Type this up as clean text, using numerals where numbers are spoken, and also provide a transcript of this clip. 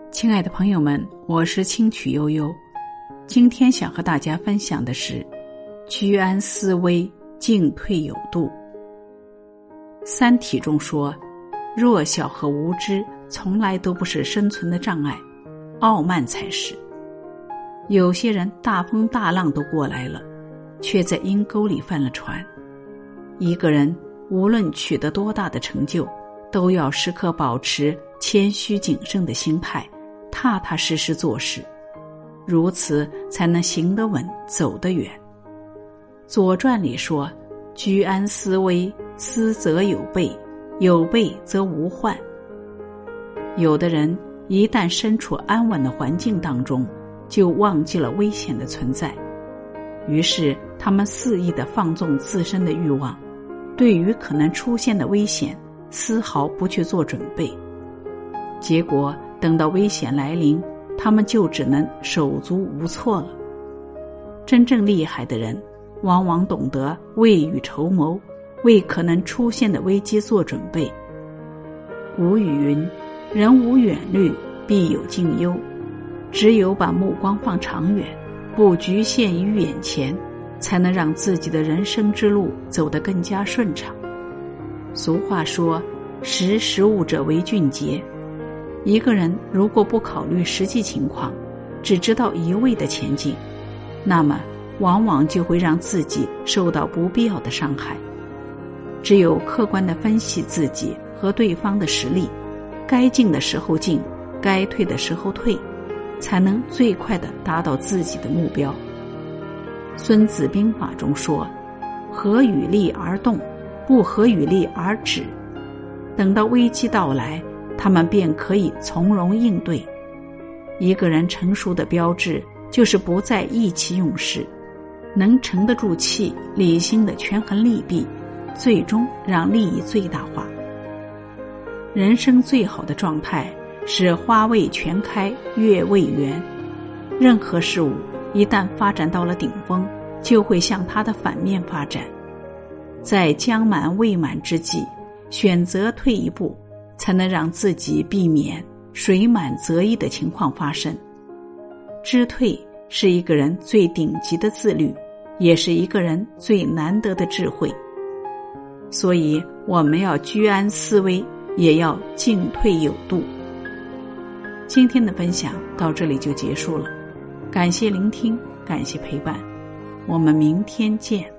亲爱的朋友们，我是清曲悠悠。今天想和大家分享的是居安思危，进退有度。三体中说，弱小和无知从来都不是生存的障碍，傲慢才是。有些人大风大浪都过来了，却在阴沟里翻了船。一个人无论取得多大的成就，都要时刻保持谦虚谨慎的心态，踏踏实实做事，如此才能行得稳，走得远。左传里说，居安思危，思则有备，有备则无患。有的人一旦身处安稳的环境当中，就忘记了危险的存在，于是他们肆意地放纵自身的欲望，对于可能出现的危险丝毫不去做准备，结果等到危险来临，他们就只能手足无措了。真正厉害的人往往懂得未雨绸缪，为可能出现的危机做准备。古语云，人无远虑，必有近忧。只有把目光放长远，不局限于眼前，才能让自己的人生之路走得更加顺畅。俗话说，识时务者为俊杰。一个人如果不考虑实际情况，只知道一味的前进，那么往往就会让自己受到不必要的伤害。只有客观地分析自己和对方的实力，该进的时候进，该退的时候退，才能最快地达到自己的目标。孙子兵法中说，合与力而动，不合与力而止。等到危机到来，他们便可以从容应对。一个人成熟的标志，就是不再意气用事，能沉得住气，理性的权衡利弊，最终让利益最大化。人生最好的状态是花未全开，月未圆。任何事物一旦发展到了顶峰，就会向它的反面发展。在将满未满之际，选择退一步，才能让自己避免水满则溢的情况发生。知退是一个人最顶级的自律，也是一个人最难得的智慧。所以我们要居安思危，也要进退有度。今天的分享到这里就结束了，感谢聆听，感谢陪伴，我们明天见。